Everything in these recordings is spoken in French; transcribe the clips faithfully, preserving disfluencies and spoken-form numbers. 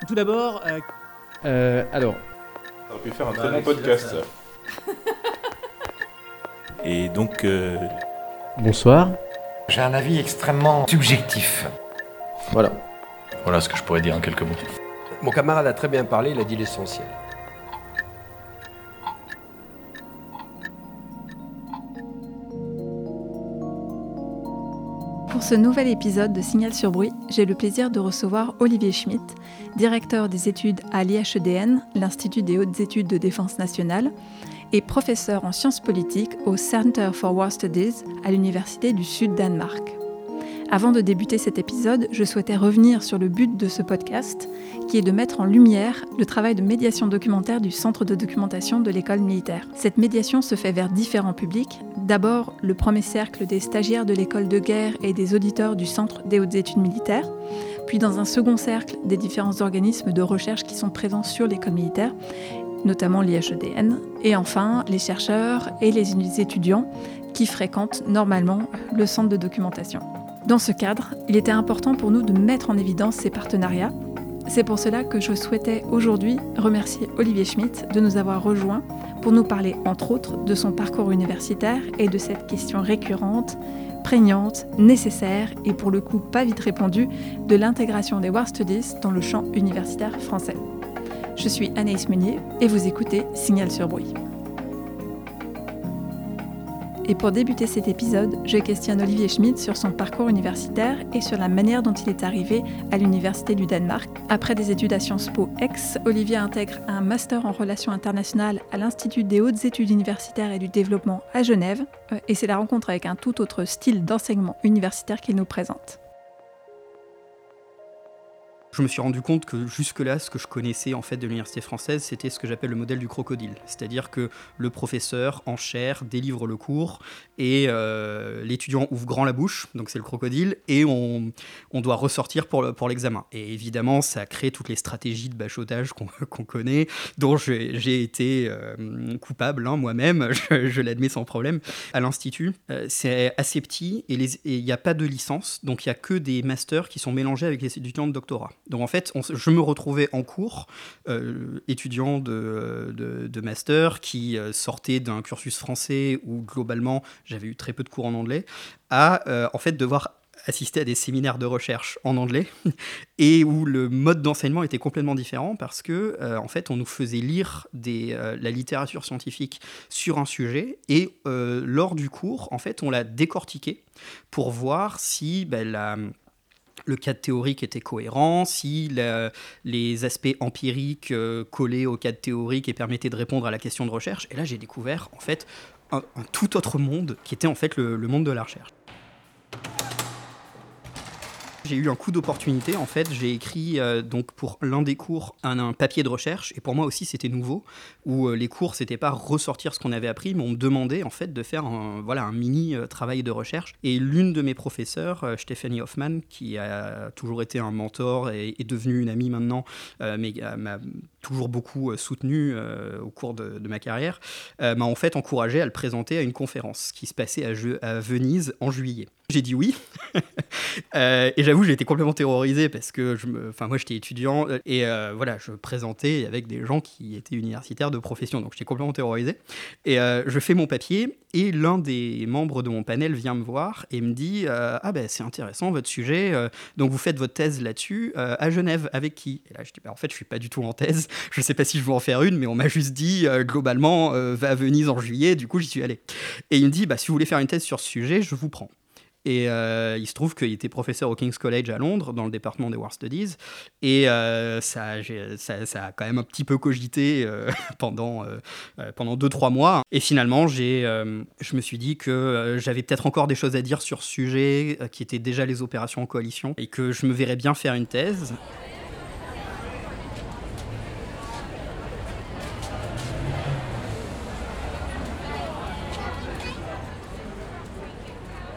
Tout d'abord, euh... Euh, alors... Ça aurait pu faire un très bon podcast, ça. Et donc... Euh... Bonsoir. J'ai un avis extrêmement subjectif. Voilà. Voilà ce que je pourrais dire en quelques mots. Mon camarade a très bien parlé, il a dit l'essentiel. Pour ce nouvel épisode de Signal sur Bruit, j'ai le plaisir de recevoir Olivier Schmitt, directeur des études à l'I H E D N, l'Institut des hautes études de défense nationale, et professeur en sciences politiques au Center for War Studies à l'Université du Sud-Danemark. Avant de débuter cet épisode, je souhaitais revenir sur le but de ce podcast, qui est de mettre en lumière le travail de médiation documentaire du Centre de documentation de l'école militaire. Cette médiation se fait vers différents publics. D'abord, le premier cercle des stagiaires de l'école de guerre et des auditeurs du Centre des hautes études militaires, puis dans un second cercle des différents organismes de recherche qui sont présents sur l'école militaire, notamment l'I H E D N, et enfin les chercheurs et les étudiants qui fréquentent normalement le centre de documentation. Dans ce cadre, il était important pour nous de mettre en évidence ces partenariats. C'est pour cela que je souhaitais aujourd'hui remercier Olivier Schmitt de nous avoir rejoints pour nous parler entre autres de son parcours universitaire et de cette question récurrente, prégnante, nécessaire et pour le coup pas vite répondue de l'intégration des War Studies dans le champ universitaire français. Je suis Anaïs Meunier et vous écoutez Signal sur Bruit. Et pour débuter cet épisode, je questionne Olivier Schmitt sur son parcours universitaire et sur la manière dont il est arrivé à l'Université du Danemark. Après des études à Sciences Po Aix, Olivier intègre un master en relations internationales à l'Institut des hautes études universitaires et du développement à Genève. Et c'est la rencontre avec un tout autre style d'enseignement universitaire qu'il nous présente. Je me suis rendu compte que jusque-là, ce que je connaissais en fait de l'université française, c'était ce que j'appelle le modèle du crocodile. C'est-à-dire que le professeur en chaire délivre le cours et euh, l'étudiant ouvre grand la bouche, donc c'est le crocodile, et on, on doit ressortir pour, le, pour l'examen. Et évidemment, ça crée toutes les stratégies de bachotage qu'on, qu'on connaît, dont j'ai, j'ai été euh, coupable hein, moi-même, je, je l'admets sans problème. À l'Institut, euh, c'est assez petit et il n'y a pas de licence, donc il n'y a que des masters qui sont mélangés avec les étudiants de doctorat. Donc en fait, on, je me retrouvais en cours, euh, étudiant de, de, de master qui euh, sortait d'un cursus français où globalement j'avais eu très peu de cours en anglais, à euh, en fait devoir assister à des séminaires de recherche en anglais et où le mode d'enseignement était complètement différent parce que euh, en fait on nous faisait lire des, euh, la littérature scientifique sur un sujet et euh, lors du cours en fait on l'a décortiqué pour voir si ben, la le cadre théorique était cohérent, si la, les aspects empiriques euh, collaient au cadre théorique et permettaient de répondre à la question de recherche. Et là, j'ai découvert en fait un, un tout autre monde qui était en fait le, le monde de la recherche. J'ai eu un coup d'opportunité, en fait, j'ai écrit euh, donc pour l'un des cours un, un papier de recherche, et pour moi aussi c'était nouveau, où euh, les cours c'était pas ressortir ce qu'on avait appris, mais on me demandait en fait de faire un, voilà, un mini euh, travail de recherche. Et l'une de mes professeurs, euh, Stephanie Hoffman, qui a toujours été un mentor et est devenue une amie maintenant, euh, mais euh, m'a toujours beaucoup euh, soutenu euh, au cours de, de ma carrière, euh, m'a en fait encouragé à le présenter à une conférence qui se passait à, Je- à Venise en juillet. J'ai dit oui, euh, et j'avoue j'ai été complètement terrorisé parce que je me, enfin moi j'étais étudiant et euh, voilà je présentais avec des gens qui étaient universitaires de profession, donc j'étais complètement terrorisé. Et euh, je fais mon papier et l'un des membres de mon panel vient me voir et me dit euh, ah ben c'est intéressant votre sujet, euh, donc vous faites votre thèse là-dessus euh, à Genève avec qui? Et là je dis bah en fait je suis pas du tout en thèse, je sais pas si je veux en faire une, mais on m'a juste dit euh, globalement euh, va à Venise en juillet, du coup j'y suis allé. Et il me dit bah si vous voulez faire une thèse sur ce sujet je vous prends. Et euh, il se trouve qu'il était professeur au King's College à Londres, dans le département des War Studies. Et euh, ça, ça, ça a quand même un petit peu cogité euh, pendant, euh, pendant deux trois mois. Et finalement, j'ai, euh, je me suis dit que euh, j'avais peut-être encore des choses à dire sur ce sujet, euh, qui étaient déjà les opérations en coalition, et que je me verrais bien faire une thèse.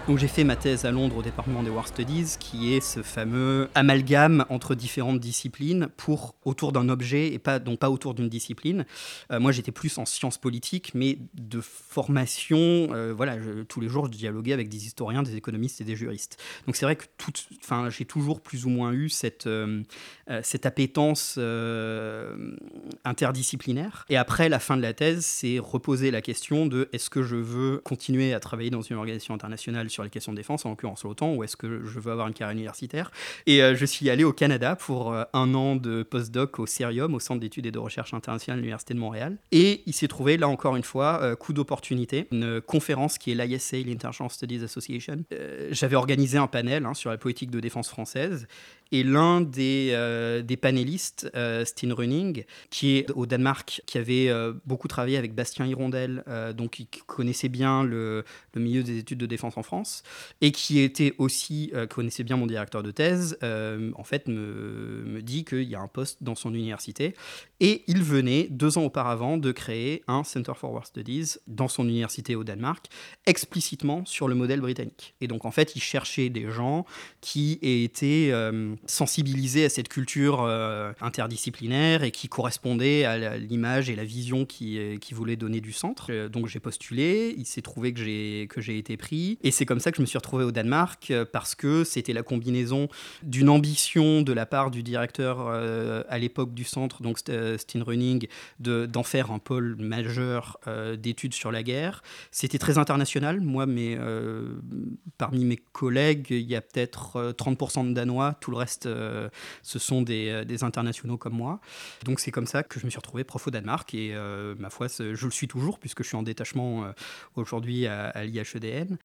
Donc j'ai fait ma thèse à Londres au département des War Studies, qui est ce fameux amalgame entre différentes disciplines pour autour d'un objet et pas donc pas autour d'une discipline. Euh, moi j'étais plus en sciences politiques, mais de formation, euh, voilà, je, tous les jours je dialoguais avec des historiens, des économistes et des juristes. Donc c'est vrai que tout, enfin j'ai toujours plus ou moins eu cette euh, euh, cette appétence euh, interdisciplinaire. Et après la fin de la thèse, c'est reposer la question de est-ce que je veux continuer à travailler dans une organisation internationale sur les questions de défense, en l'occurrence l'OTAN, ou est-ce que je veux avoir une carrière universitaire. Et euh, je suis allé au Canada pour euh, un an de postdoc au CERIUM, au Centre d'études et de recherche internationale de l'Université de Montréal. Et il s'est trouvé, là encore une fois, euh, coup d'opportunité, une conférence qui est l'I S A, l'International Studies Association. Euh, j'avais organisé un panel hein, sur la politique de défense française. Et l'un des, euh, des panélistes, euh, Sten Rønning, qui est au Danemark, qui avait euh, beaucoup travaillé avec Bastien Hirondelle, euh, donc qui connaissait bien le, le milieu des études de défense en France, et qui était aussi, euh, connaissait bien mon directeur de thèse, euh, en fait, me, me dit qu'il y a un poste dans son université. Et il venait, deux ans auparavant, de créer un Center for War Studies dans son université au Danemark, explicitement sur le modèle britannique. Et donc, en fait, il cherchait des gens qui étaient euh, sensibilisés à cette culture euh, interdisciplinaire et qui correspondaient à la, l'image et la vision qu'il qui voulait donner du centre. Euh, donc, j'ai postulé, il s'est trouvé que j'ai, que j'ai été pris. Et c'est comme ça que je me suis retrouvé au Danemark, euh, parce que c'était la combinaison d'une ambition de la part du directeur euh, à l'époque du centre, donc euh, Sten Rønning, de, d'en faire un pôle majeur euh, d'études sur la guerre. C'était très international. Moi, mes, euh, parmi mes collègues, il y a peut-être euh, trente pour cent de Danois. Tout le reste, euh, ce sont des, euh, des internationaux comme moi. Donc, c'est comme ça que je me suis retrouvé prof au Danemark. Et euh, ma foi, je le suis toujours, puisque je suis en détachement euh, aujourd'hui à, à l'I H E D N.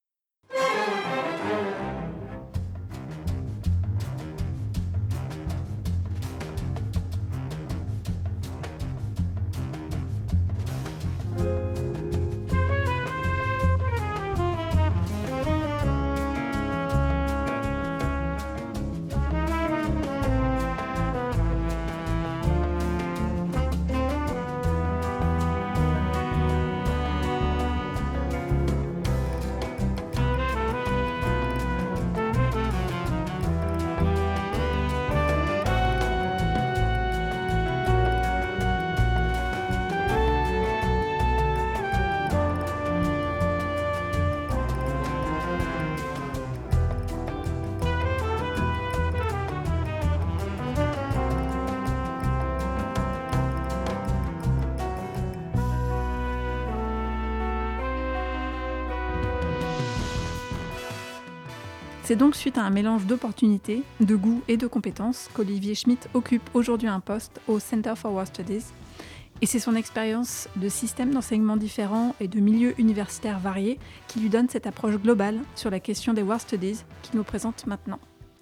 C'est donc suite à un mélange d'opportunités, de goût et de compétences qu'Olivier Schmitt occupe aujourd'hui un poste au Center for War Studies. Et c'est son expérience de systèmes d'enseignement différents et de milieux universitaires variés qui lui donne cette approche globale sur la question des War Studies qu'il nous présente maintenant.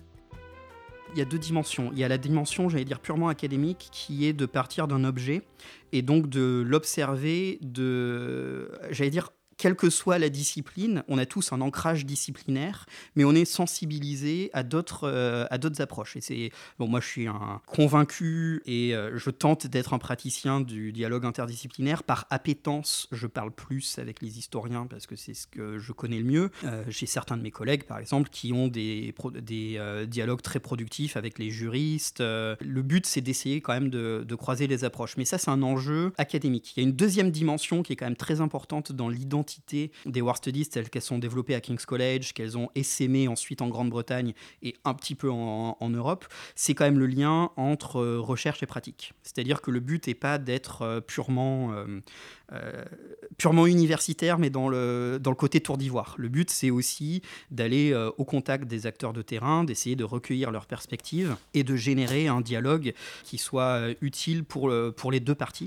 Il y a deux dimensions. Il y a la dimension, j'allais dire, purement académique, qui est de partir d'un objet et donc de l'observer, de, j'allais dire, quelle que soit la discipline, on a tous un ancrage disciplinaire, mais on est sensibilisé à d'autres, euh, à d'autres approches. Et c'est, bon, moi, je suis un convaincu et euh, je tente d'être un praticien du dialogue interdisciplinaire. Par appétence, je parle plus avec les historiens parce que c'est ce que je connais le mieux. Euh, j'ai certains de mes collègues, par exemple, qui ont des, des euh, dialogues très productifs avec les juristes. Euh, le but, c'est d'essayer quand même de, de croiser les approches. Mais ça, c'est un enjeu académique. Il y a une deuxième dimension qui est quand même très importante dans l'identité des War Studies telles qu'elles sont développées à King's College, qu'elles ont essaimées ensuite en Grande-Bretagne et un petit peu en, en Europe, c'est quand même le lien entre euh, recherche et pratique. C'est-à-dire que le but n'est pas d'être euh, purement, euh, euh, purement universitaire, mais dans le, dans le côté tour d'ivoire. Le but, c'est aussi d'aller euh, au contact des acteurs de terrain, d'essayer de recueillir leurs perspectives et de générer un dialogue qui soit euh, utile pour, le, pour les deux parties.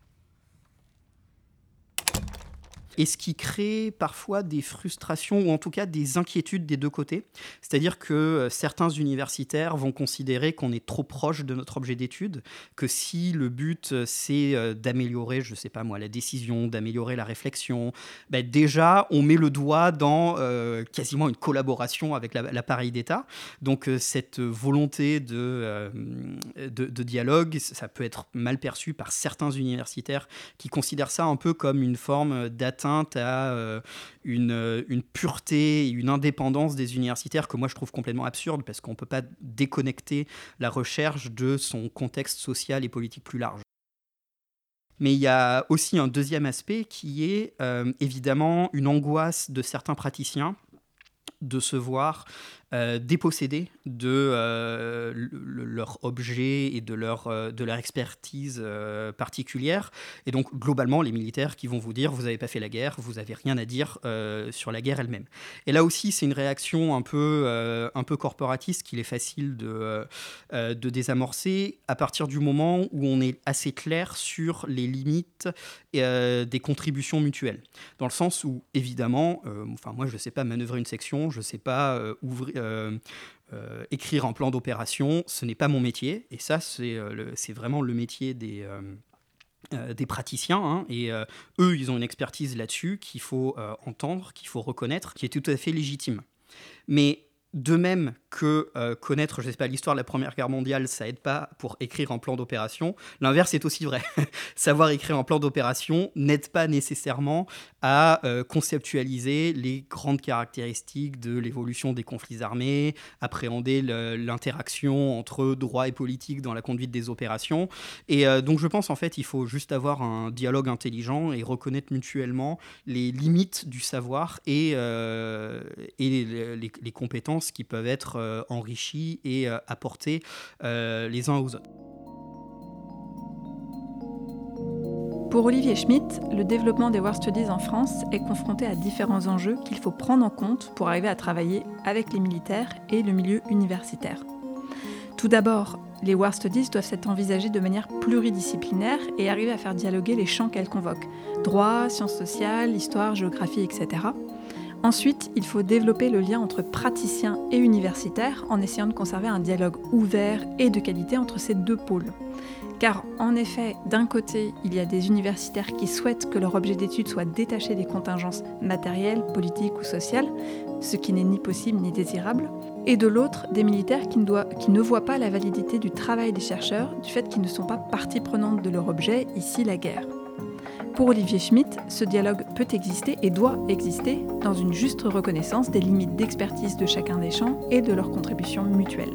Et ce qui crée parfois des frustrations ou en tout cas des inquiétudes des deux côtés. C'est-à-dire que euh, certains universitaires vont considérer qu'on est trop proche de notre objet d'étude, que si le but euh, c'est euh, d'améliorer, je ne sais pas moi, la décision, d'améliorer la réflexion, ben déjà on met le doigt dans euh, quasiment une collaboration avec la, l'appareil d'État. Donc euh, cette volonté de, euh, de, de dialogue, ça peut être mal perçu par certains universitaires qui considèrent ça un peu comme une forme d'atteinte sacro-sainte à euh, une, une pureté et une indépendance des universitaires que moi je trouve complètement absurde, parce qu'on ne peut pas déconnecter la recherche de son contexte social et politique plus large. Mais il y a aussi un deuxième aspect qui est euh, évidemment une angoisse de certains praticiens de se voir euh, dépossédés de euh, le, leur objet et de leur, euh, de leur expertise euh, particulière. Et donc, globalement, les militaires qui vont vous dire « vous n'avez pas fait la guerre, vous n'avez rien à dire euh, sur la guerre elle-même ». Et là aussi, c'est une réaction un peu, euh, un peu corporatiste qu'il est facile de, euh, de désamorcer à partir du moment où on est assez clair sur les limites euh, des contributions mutuelles. Dans le sens où, évidemment, euh, enfin, moi, je ne sais pas manœuvrer une section, je ne sais pas euh, ouvrir... Euh, euh, écrire un plan d'opération, ce n'est pas mon métier, et ça, c'est, euh, le, c'est vraiment le métier des, euh, euh, des praticiens, hein, et euh, eux, ils ont une expertise là-dessus qu'il faut euh, entendre, qu'il faut reconnaître, qui est tout à fait légitime. Mais de même que euh, connaître, je ne sais pas, l'histoire de la Première Guerre mondiale, ça aide pas pour écrire un plan d'opération, l'inverse est aussi vrai. Savoir écrire un plan d'opération n'aide pas nécessairement à euh, conceptualiser les grandes caractéristiques de l'évolution des conflits armés, appréhender le, l'interaction entre droit et politique dans la conduite des opérations. Et euh, donc je pense en fait il faut juste avoir un dialogue intelligent et reconnaître mutuellement les limites du savoir et, euh, et les, les, les compétences qui peuvent être euh, enrichies et euh, apportées euh, les uns aux autres. Pour Olivier Schmitt, le développement des War Studies en France est confronté à différents enjeux qu'il faut prendre en compte pour arriver à travailler avec les militaires et le milieu universitaire. Tout d'abord, les War Studies doivent être envisagées de manière pluridisciplinaire et arriver à faire dialoguer les champs qu'elles convoquent. Droit, sciences sociales, histoire, géographie, et cetera. Ensuite, il faut développer le lien entre praticiens et universitaires en essayant de conserver un dialogue ouvert et de qualité entre ces deux pôles. Car en effet, d'un côté, il y a des universitaires qui souhaitent que leur objet d'étude soit détaché des contingences matérielles, politiques ou sociales, ce qui n'est ni possible ni désirable, et de l'autre, des militaires qui ne, doit, qui ne voient pas la validité du travail des chercheurs du fait qu'ils ne sont pas partie prenante de leur objet, ici la guerre. Pour Olivier Schmitt, ce dialogue peut exister et doit exister dans une juste reconnaissance des limites d'expertise de chacun des champs et de leurs contributions mutuelles.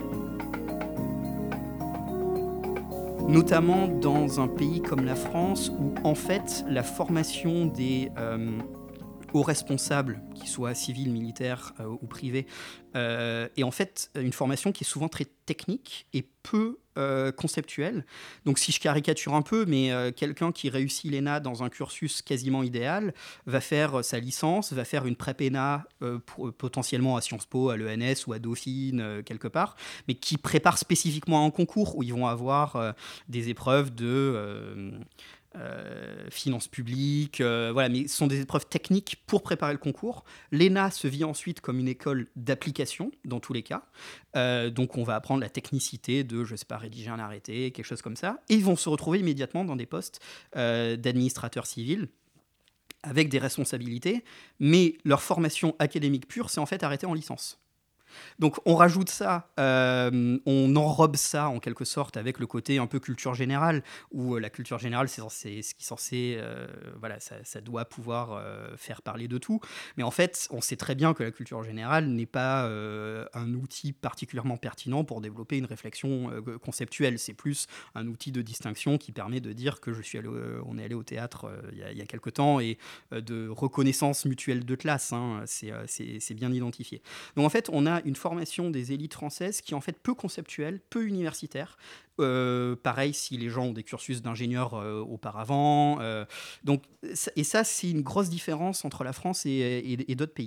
Notamment dans un pays comme la France où en fait la formation des euh, hauts responsables, qu'ils soient civils, militaires euh, ou privés, euh, est en fait une formation qui est souvent très technique et peu euh, conceptuelle. Donc si je caricature un peu, mais euh, quelqu'un qui réussit l'E N A dans un cursus quasiment idéal va faire euh, sa licence, va faire une pré-E N A euh, pour, euh, potentiellement à Sciences Po, à l'E N S ou à Dauphine, euh, quelque part, mais qui prépare spécifiquement un concours où ils vont avoir euh, des épreuves de... Euh, Euh, finances publiques, euh, voilà, mais ce sont des épreuves techniques pour préparer le concours. L'E N A se vit ensuite comme une école d'application, dans tous les cas. Euh, donc on va apprendre la technicité de, je sais pas, rédiger un arrêté, quelque chose comme ça. Et ils vont se retrouver immédiatement dans des postes euh, d'administrateurs civils, avec des responsabilités, mais leur formation académique pure s'est en fait arrêtée en licence. Donc on rajoute ça, euh, on enrobe ça en quelque sorte avec le côté un peu culture générale, où euh, la culture générale c'est, censé, ce qui est censé, euh, voilà, ça, ça doit pouvoir euh, faire parler de tout. Mais en fait, on sait très bien que la culture générale n'est pas euh, un outil particulièrement pertinent pour développer une réflexion euh, conceptuelle. C'est plus un outil de distinction qui permet de dire que je suis allé, euh, on est allé au théâtre euh, il y a, il y a quelque temps et euh, de reconnaissance mutuelle de classe. Hein, c'est, euh, c'est, c'est bien identifié. Donc en fait, on a une formation des élites françaises qui est en fait peu conceptuelle, peu universitaire. Euh, pareil si les gens ont des cursus d'ingénieurs euh, auparavant. Euh, donc, et ça, c'est une grosse différence entre la France et, et, et d'autres pays.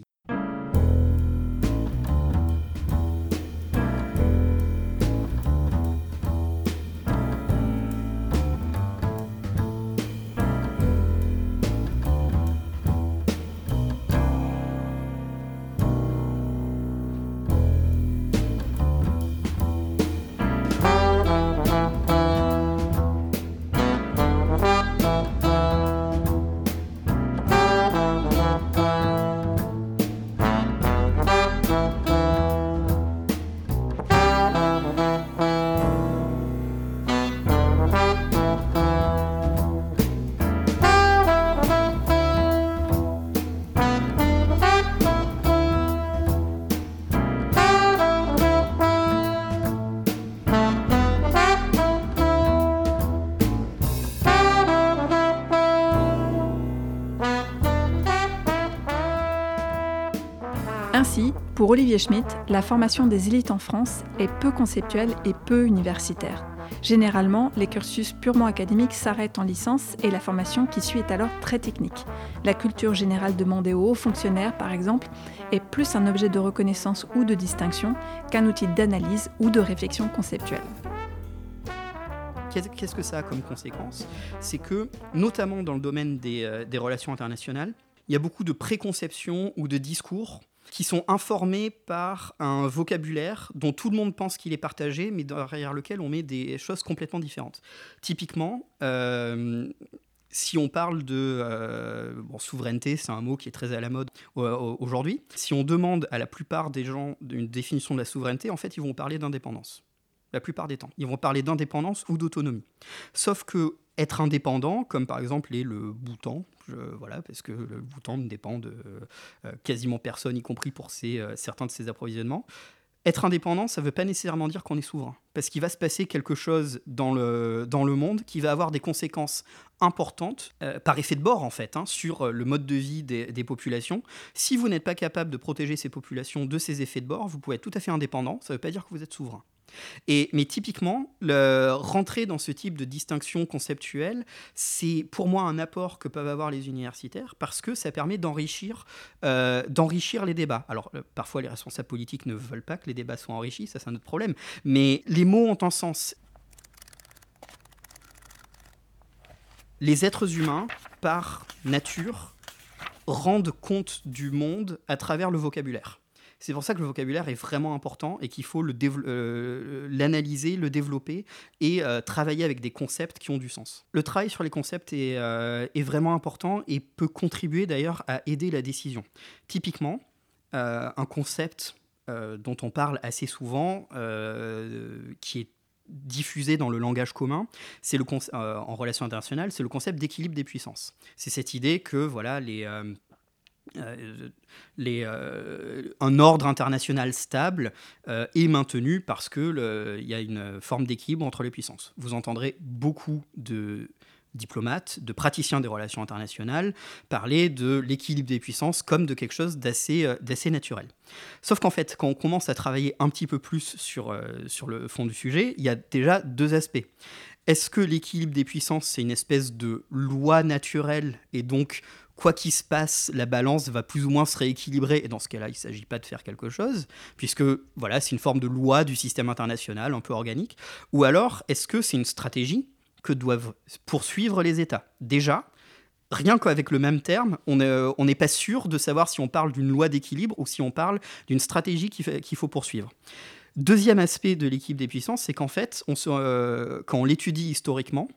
Ainsi, pour Olivier Schmitt, la formation des élites en France est peu conceptuelle et peu universitaire. Généralement, les cursus purement académiques s'arrêtent en licence et la formation qui suit est alors très technique. La culture générale demandée aux hauts fonctionnaires, par exemple, est plus un objet de reconnaissance ou de distinction qu'un outil d'analyse ou de réflexion conceptuelle. Qu'est-ce que ça a comme conséquence ? C'est que, notamment dans le domaine des, euh, des relations internationales, il y a beaucoup de préconceptions ou de discours qui sont informés par un vocabulaire dont tout le monde pense qu'il est partagé, mais derrière lequel on met des choses complètement différentes. Typiquement, euh, si on parle de euh, bon, souveraineté, c'est un mot qui est très à la mode euh, aujourd'hui. Si on demande à la plupart des gens une définition de la souveraineté, en fait, ils vont parler d'indépendance. La plupart des temps. Ils vont parler d'indépendance ou d'autonomie. Sauf que être indépendant, comme par exemple est le Bhoutan, je, voilà, parce que le Bhoutan ne dépend de euh, quasiment personne, y compris pour ses, euh, certains de ses approvisionnements. Être indépendant, ça ne veut pas nécessairement dire qu'on est souverain, parce qu'il va se passer quelque chose dans le, dans le monde qui va avoir des conséquences importantes, euh, par effet de bord en fait, hein, sur le mode de vie des, des populations. Si vous n'êtes pas capable de protéger ces populations de ces effets de bord, vous pouvez être tout à fait indépendant, ça ne veut pas dire que vous êtes souverain. Et, mais typiquement, le, rentrer dans ce type de distinction conceptuelle, c'est pour moi un apport que peuvent avoir les universitaires parce que ça permet d'enrichir, euh, d'enrichir les débats. Alors, euh, parfois, les responsables politiques ne veulent pas que les débats soient enrichis, ça c'est un autre problème. Mais les mots ont un sens. Les êtres humains, par nature, rendent compte du monde à travers le vocabulaire. C'est pour ça que le vocabulaire est vraiment important et qu'il faut le dév- euh, l'analyser, le développer et euh, travailler avec des concepts qui ont du sens. Le travail sur les concepts est, euh, est vraiment important et peut contribuer d'ailleurs à aider la décision. Typiquement, euh, un concept euh, dont on parle assez souvent, euh, qui est diffusé dans le langage commun, c'est le con- euh, en relations internationales, c'est le concept d'équilibre des puissances. C'est cette idée que voilà, les... Euh, Euh, les, euh, un ordre international stable euh, est maintenu parce qu'il y a une forme d'équilibre entre les puissances. Vous entendrez beaucoup de diplomates, de praticiens des relations internationales parler de l'équilibre des puissances comme de quelque chose d'assez, euh, d'assez naturel. Sauf qu'en fait, quand on commence à travailler un petit peu plus sur, euh, sur le fond du sujet, il y a déjà deux aspects. Est-ce que l'équilibre des puissances, c'est une espèce de loi naturelle et donc quoi qu'il se passe, la balance va plus ou moins se rééquilibrer, et dans ce cas-là, il ne s'agit pas de faire quelque chose, puisque voilà, c'est une forme de loi du système international, un peu organique. Ou alors, est-ce que c'est une stratégie que doivent poursuivre les États ? Déjà, rien qu'avec le même terme, on n'est on n'est pas sûr de savoir si on parle d'une loi d'équilibre ou si on parle d'une stratégie qu'il, fait, qu'il faut poursuivre. Deuxième aspect de l'équilibre des puissances, c'est qu'en fait, on se, euh, quand on l'étudie historiquement,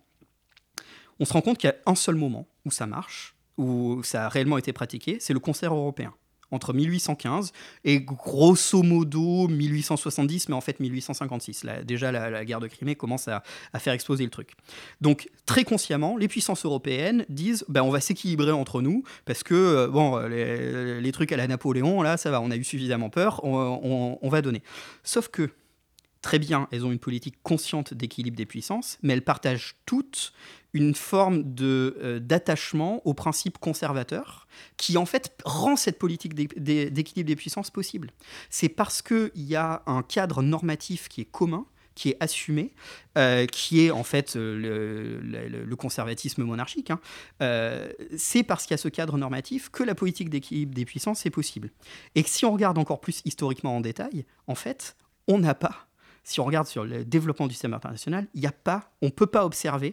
on se rend compte qu'il y a un seul moment où ça marche, où ça a réellement été pratiqué, c'est le concert européen, entre mille huit cent quinze et grosso modo mille huit cent soixante-dix, mais en fait mille huit cent cinquante-six. Là, déjà, la, la guerre de Crimée commence à, à faire exploser le truc. Donc, très consciemment, les puissances européennes disent ben, on va s'équilibrer entre nous, parce que, euh, bon, les, les trucs à la Napoléon, là, ça va, on a eu suffisamment peur, on, on, on va donner. Sauf que, très bien, elles ont une politique consciente d'équilibre des puissances, mais elles partagent toutes une forme de, euh, d'attachement aux principes conservateurs qui, en fait, rend cette politique d'é- d'é- d'équilibre des puissances possible. C'est parce qu'il y a un cadre normatif qui est commun, qui est assumé, euh, qui est en fait euh, le, le, le conservatisme monarchique. Hein. Euh, c'est parce qu'il y a ce cadre normatif que la politique d'équilibre des puissances est possible. Et que si on regarde encore plus historiquement en détail, en fait, on n'a pas... Si on regarde sur le développement du système international, il y a pas, on ne peut pas observer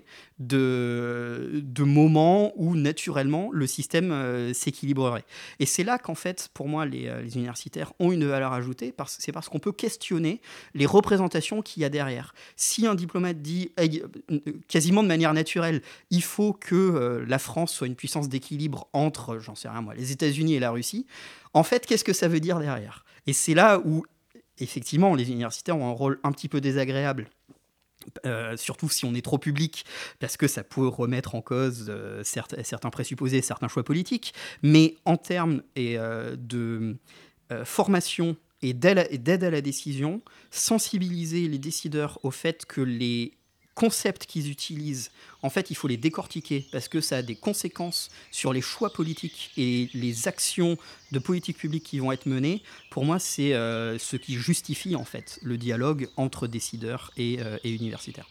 de, de moments où, naturellement, le système euh, s'équilibrerait. Et c'est là qu'en fait, pour moi, les, euh, les universitaires ont une valeur ajoutée, parce, c'est parce qu'on peut questionner les représentations qu'il y a derrière. Si un diplomate dit, hey, quasiment de manière naturelle, il faut que euh, la France soit une puissance d'équilibre entre, j'en sais rien moi, les États-Unis et la Russie, en fait, qu'est-ce que ça veut dire derrière ? Et c'est là où effectivement, les universitaires ont un rôle un petit peu désagréable, euh, surtout si on est trop public, parce que ça peut remettre en cause euh, certes, certains présupposés, certains choix politiques. Mais en termes et, euh, de euh, formation et d'aide, et d'aide à la décision, sensibiliser les décideurs au fait que les concepts qu'ils utilisent, en fait, il faut les décortiquer parce que ça a des conséquences sur les choix politiques et les actions de politique publique qui vont être menées. Pour moi, c'est euh, ce qui justifie en fait le dialogue entre décideurs et, euh, et universitaires.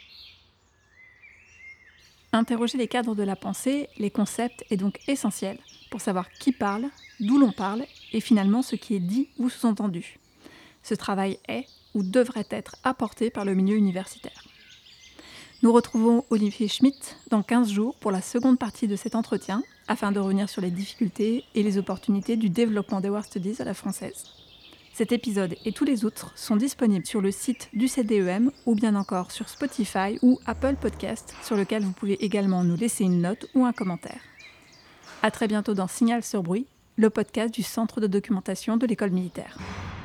Interroger les cadres de la pensée, les concepts, est donc essentiel pour savoir qui parle, d'où l'on parle et finalement ce qui est dit ou sous-entendu. Ce travail est ou devrait être apporté par le milieu universitaire. Nous retrouvons Olivier Schmitt dans quinze jours pour la seconde partie de cet entretien, afin de revenir sur les difficultés et les opportunités du développement des War Studies à la française. Cet épisode et tous les autres sont disponibles sur le site du C D E M ou bien encore sur Spotify ou Apple Podcast, sur lequel vous pouvez également nous laisser une note ou un commentaire. À très bientôt dans Signal sur Bruit, le podcast du Centre de documentation de l'École militaire.